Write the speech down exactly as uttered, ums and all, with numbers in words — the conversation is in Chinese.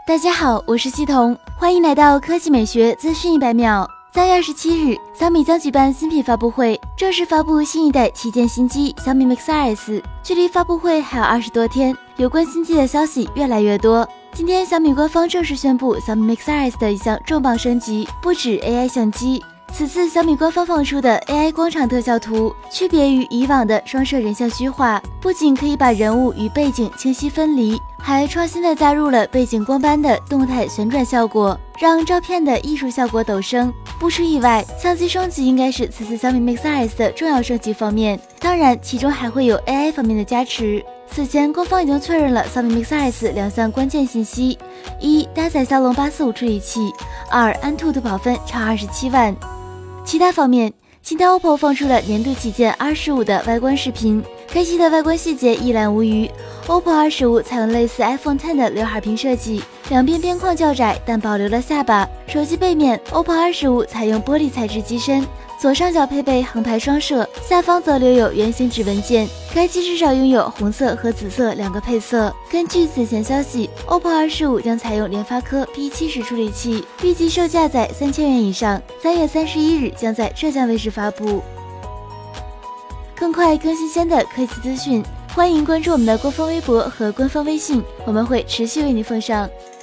大家好，我是西彤，欢迎来到科技美学资讯一百秒。三月二十七日，小米将举办新品发布会，正式发布新一代旗舰新机小米 Mix 二 S。距离发布会还有二十多天，有关新机的消息越来越多。今天，小米官方正式宣布小米 Mix 二 S 的一项重磅升级，不止 A I 相机。此次小米官方放出的 A I 光场特效图，区别于以往的双摄人像虚化，不仅可以把人物与背景清晰分离，还创新的加入了背景光斑的动态旋转效果，让照片的艺术效果陡升。不出意外，相机升级应该是此次小米 Mix 二 S 的重要升级方面，当然其中还会有 A I 方面的加持。此前官方已经确认了小米 Mix 二 S 两项关键信息：一、搭载骁龙八四五处理器；二、安兔兔跑分超二十七万。其他方面，今天 O P P O 放出了年度旗舰 R 十五的外观视频，该机的外观细节一览无余。O P P O R 十五采用类似 iPhone 十的刘海屏设计，两边边框较窄，但保留了下巴。手机背面 O P P O R 十五采用玻璃材质机身，左上角配备横排双摄，下方则留有圆形指纹键。该机至少拥有红色和紫色两个配色。根据此前消息 ，O P P O R 十五将采用联发科 P 七十处理器，预计售价在三千元以上。三月三十一日将在浙江卫视发布。更快更新鲜的科技资讯，欢迎关注我们的官方微博和官方微信，我们会持续为您奉上。